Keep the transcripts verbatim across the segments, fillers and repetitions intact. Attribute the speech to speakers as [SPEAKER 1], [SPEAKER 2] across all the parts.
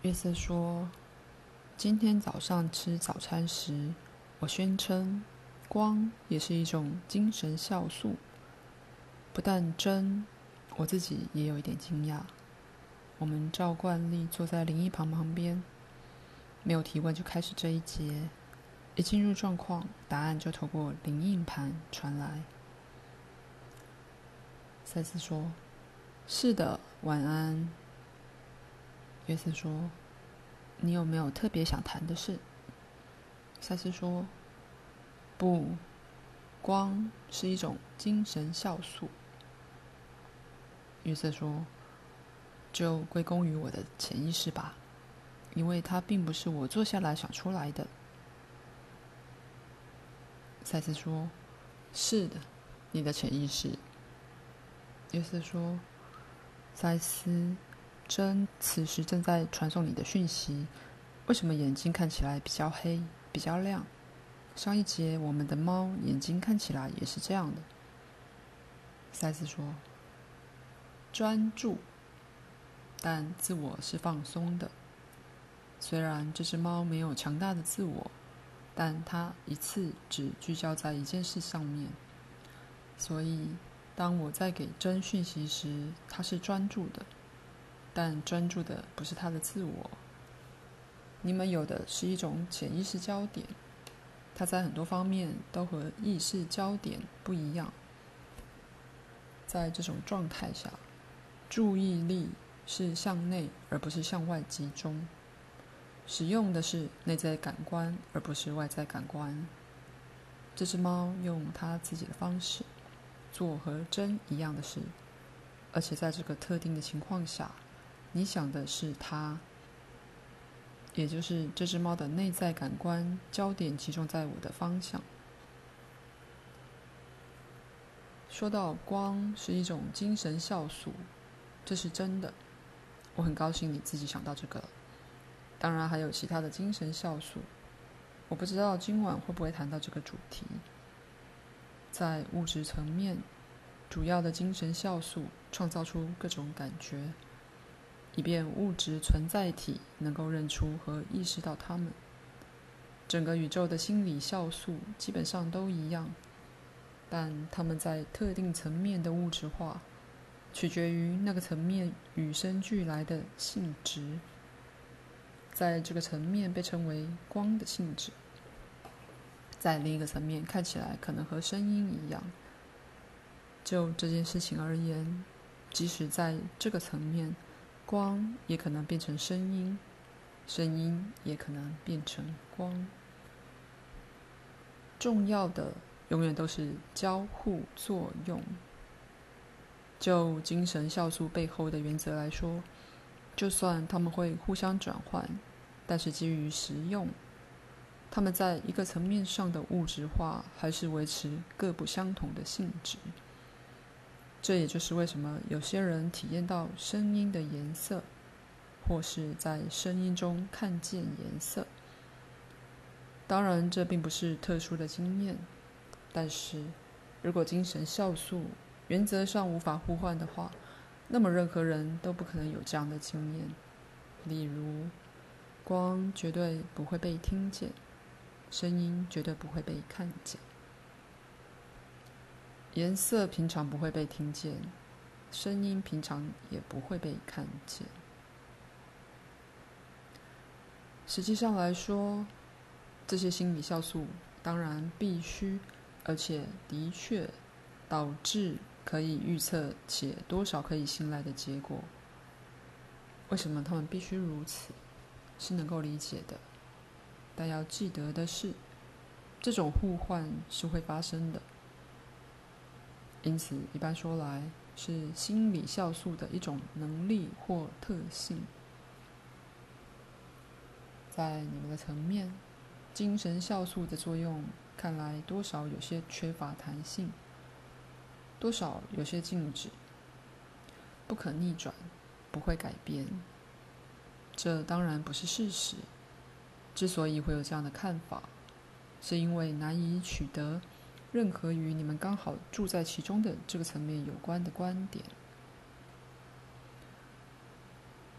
[SPEAKER 1] 约瑟说，今天早上吃早餐时，我宣称光也是一种精神酵素。不但真，我自己也有一点惊讶。我们照惯例坐在灵一旁旁边，没有提问就开始这一节。一进入状况，答案就透过灵印盘传来。赛斯说，是的，晚安。约瑟说，你有没有特别想谈的事？赛斯说，不，光是一种精神酵素。约瑟说，就归功于我的潜意识吧，因为它并不是我坐下来想出来的。赛斯说，是的，你的潜意识。约瑟说，赛斯，真此时正在传送你的讯息，为什么眼睛看起来比较黑，比较亮？上一节我们的猫眼睛看起来也是这样的。赛斯说，专注，但自我是放松的。虽然这只猫没有强大的自我，但它一次只聚焦在一件事上面，所以当我在给真讯息时，它是专注的，但专注的不是它的自我。你们有的是一种潜意识焦点，它在很多方面都和意识焦点不一样。在这种状态下，注意力是向内而不是向外集中，使用的是内在感官而不是外在感官。这只猫用它自己的方式做和真一样的事，而且在这个特定的情况下，你想的是它，也就是这只猫的内在感官焦点集中在我的方向。说到光是一种精神酵素，这是真的。我很高兴你自己想到这个了。当然还有其他的精神酵素，我不知道今晚会不会谈到这个主题。在物质层面，主要的精神酵素创造出各种感觉，以便物质存在体能够认出和意识到它们。整个宇宙的心理酵素基本上都一样，但它们在特定层面的物质化，取决于那个层面与生俱来的性质。在这个层面被称为光的性质，在另一个层面看起来可能和声音一样。就这件事情而言，即使在这个层面，光也可能变成声音，声音也可能变成光。重要的永远都是交互作用。就精神酵素背后的原则来说，就算它们会互相转换，但是基于实用，它们在一个层面上的物质化还是维持各不相同的性质。这也就是为什么有些人体验到声音的颜色，或是在声音中看见颜色。当然这并不是特殊的经验，但是如果精神酵素原则上无法互换的话，那么任何人都不可能有这样的经验。例如，光绝对不会被听见，声音绝对不会被看见。颜色平常不会被听见，声音平常也不会被看见。实际上来说，这些心理酵素当然必须，而且的确导致可以预测且多少可以信赖的结果。为什么他们必须如此，是能够理解的。但要记得的是，这种互换是会发生的。因此一般说来，是心理酵素的一种能力或特性。在你们的层面，精神酵素的作用看来多少有些缺乏弹性，多少有些静止，不可逆转，不会改变。这当然不是事实。之所以会有这样的看法，是因为难以取得任何与你们刚好住在其中的这个层面有关的观点。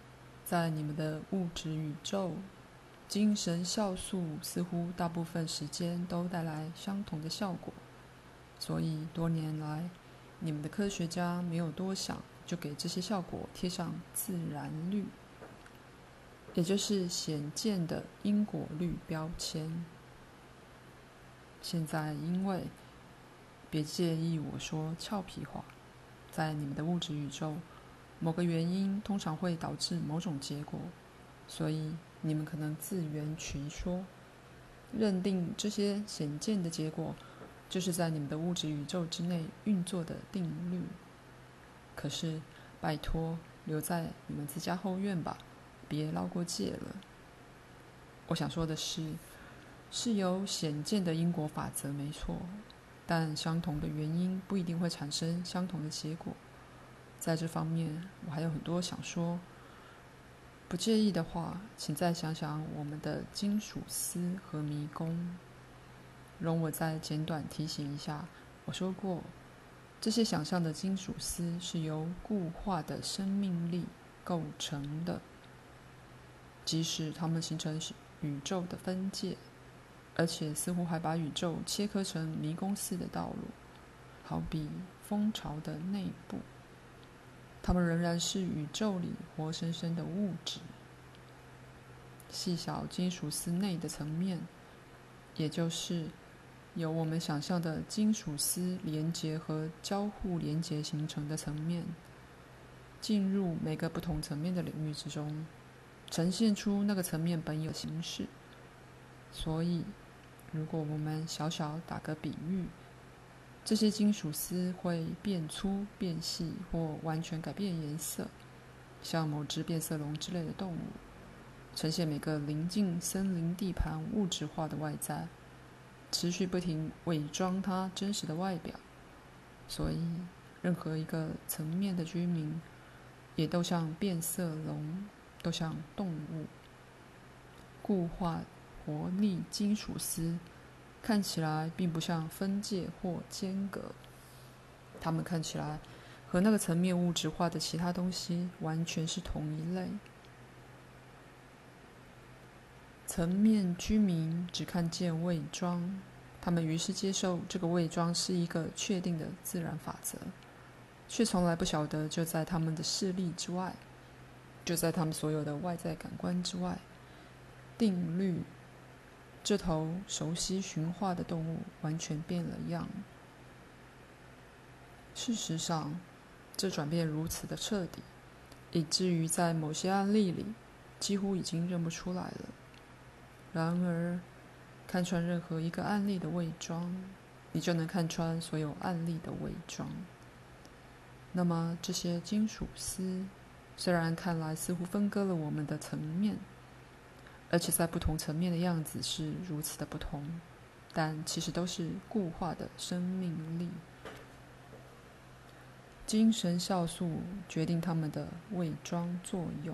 [SPEAKER 1] 在你们的物质宇宙，精神酵素似乎大部分时间都带来相同的效果，所以多年来，你们的科学家没有多想，就给这些效果贴上自然律，也就是显见的因果律标签。现在因为，别介意我说俏皮话，在你们的物质宇宙，某个原因通常会导致某种结果，所以你们可能自圆其说，认定这些显见的结果就是在你们的物质宇宙之内运作的定律。可是拜托，留在你们自家后院吧，别绕过界了。我想说的是，是有显见的因果法则没错，但相同的原因不一定会产生相同的结果。在这方面我还有很多想说，不介意的话，请再想想我们的金属丝和迷宫。容我再简短提醒一下，我说过，这些想象的金属丝是由固化的生命力构成的，即使它们形成宇宙的分界，而且似乎还把宇宙切割成迷宫似的道路，好比蜂巢的内部，它们仍然是宇宙里活生生的物质。细小金属丝内的层面，也就是由我们想象的金属丝连结和交互连结形成的层面，进入每个不同层面的领域之中，呈现出那个层面本有的形式。所以如果我们小小打个比喻，这些金属丝会变粗变细或完全改变颜色，像某只变色龙之类的动物，呈现每个临近森林地盘物质化的外在，持续不停伪装它真实的外表。所以任何一个层面的居民也都像变色龙，都像动物。固化活力金属丝看起来并不像分界或间隔，它们看起来和那个层面物质化的其他东西完全是同一类。层面居民只看见伪装，他们于是接受这个伪装是一个确定的自然法则，却从来不晓得就在他们的视力之外，就在他们所有的外在感官之外，定律这头熟悉驯化的动物完全变了样。事实上，这转变如此的彻底，以至于在某些案例里几乎已经认不出来了。然而，看穿任何一个案例的伪装，你就能看穿所有案例的伪装。那么这些金属丝虽然看来似乎分割了我们的层面，而且在不同层面的样子是如此的不同，但其实都是固化的生命力。精神酵素决定它们的伪装作用。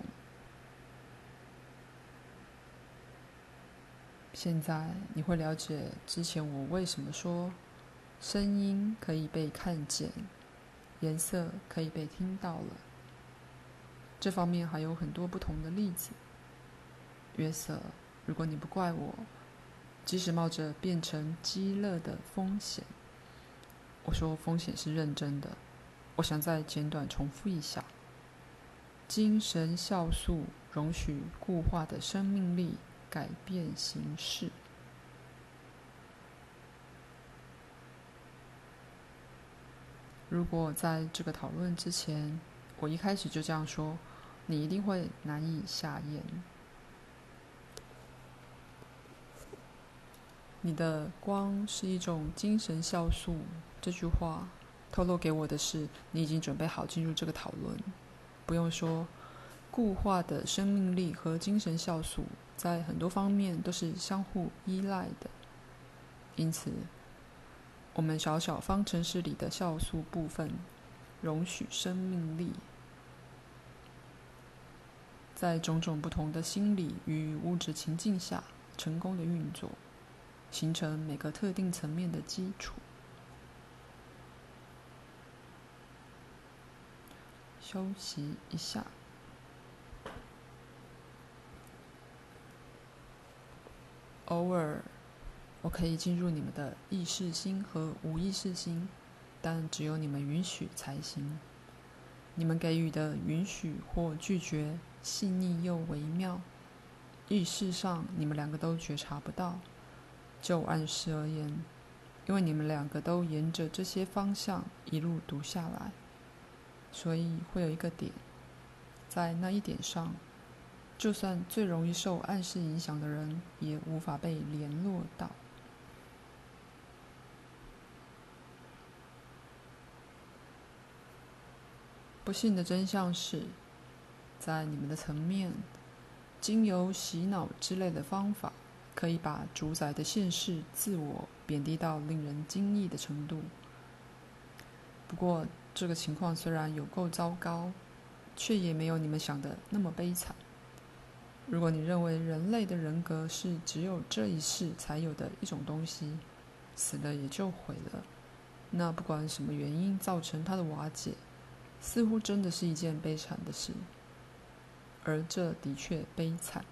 [SPEAKER 1] 现在你会了解之前我为什么说声音可以被看见，颜色可以被听到了。这方面还有很多不同的例子。约瑟，如果你不怪我，即使冒着变成鸡肋的风险，我说风险是认真的，我想再简短重复一下：精神酵素容许固化的生命力改变形式。如果在这个讨论之前，我一开始就这样说，你一定会难以下咽。你的光是一种精神酵素，这句话透露给我的是，你已经准备好进入这个讨论。不用说，固化的生命力和精神酵素在很多方面都是相互依赖的。因此，我们小小方程式里的酵素部分容许生命力，在种种不同的心理与物质情境下成功的运作，形成每个特定层面的基础。休息一下。 偶尔我可以进入你们的意识心和无意识心，但只有你们允许才行。你们给予的允许或拒绝细腻又微妙，意识上你们两个都觉察不到。就暗示而言，因为你们两个都沿着这些方向一路读下来，所以会有一个点，在那一点上，就算最容易受暗示影响的人也无法被联络到。不幸的真相是，在你们的层面，经由洗脑之类的方法，可以把主宰的现世自我贬低到令人惊异的程度。不过，这个情况虽然有够糟糕，却也没有你们想的那么悲惨。如果你认为人类的人格是只有这一世才有的一种东西，死了也就毁了，那不管什么原因造成它的瓦解，似乎真的是一件悲惨的事，而这的确悲惨。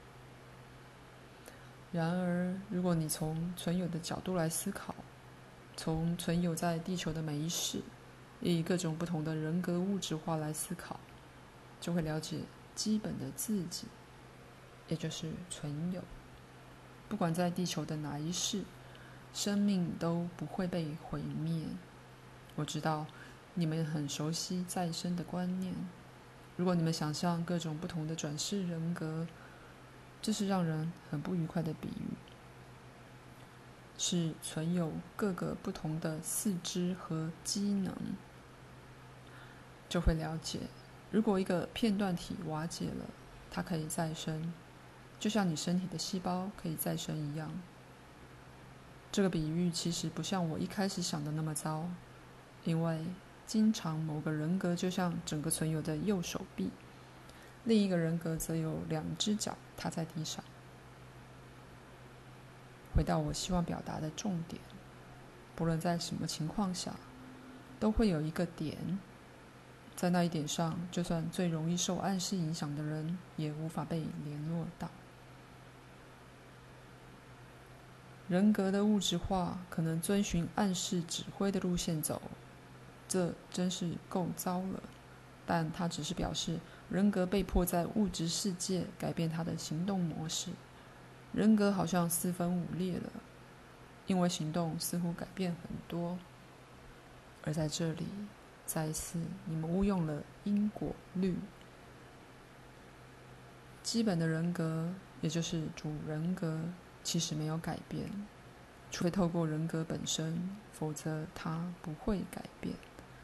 [SPEAKER 1] 然而，如果你从存有的角度来思考，从存有在地球的每一世，以各种不同的人格物质化来思考，就会了解基本的自己，也就是存有。不管在地球的哪一世，生命都不会被毁灭。我知道你们很熟悉再生的观念，如果你们想象各种不同的转世人格，这是让人很不愉快的比喻，是存有各个不同的四肢和机能，就会了解，如果一个片段体瓦解了，它可以再生，就像你身体的细胞可以再生一样。这个比喻其实不像我一开始想的那么糟，因为经常某个人格就像整个存有的右手臂，另一个人格则有两只脚踏在地上。回到我希望表达的重点，不论在什么情况下，都会有一个点，在那一点上，就算最容易受暗示影响的人也无法被联络到。人格的物质化可能遵循暗示指挥的路线走，这真是够糟了，但它只是表示人格被迫在物质世界改变它的行动模式。人格好像四分五裂了，因为行动似乎改变很多。而在这里，再一次你们误用了因果律。基本的人格，也就是主人格，其实没有改变，除非透过人格本身，否则它不会改变。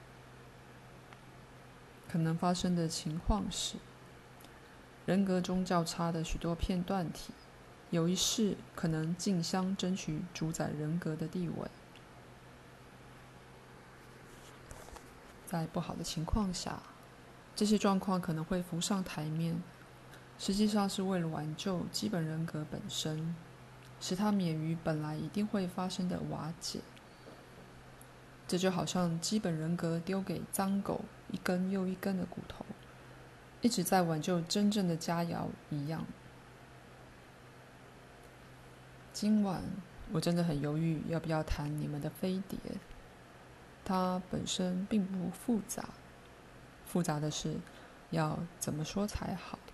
[SPEAKER 1] 可能发生的情况是，人格中较差的许多片段体，有一世可能竞相争取主宰人格的地位。在不好的情况下，这些状况可能会浮上台面，实际上是为了挽救基本人格本身，使它免于本来一定会发生的瓦解。这就好像基本人格丢给脏狗一根又一根的骨头，一直在挽救真正的佳肴一样。今晚我真的很犹豫要不要谈你们的飞碟，它本身并不复杂，复杂的是要怎么说才好。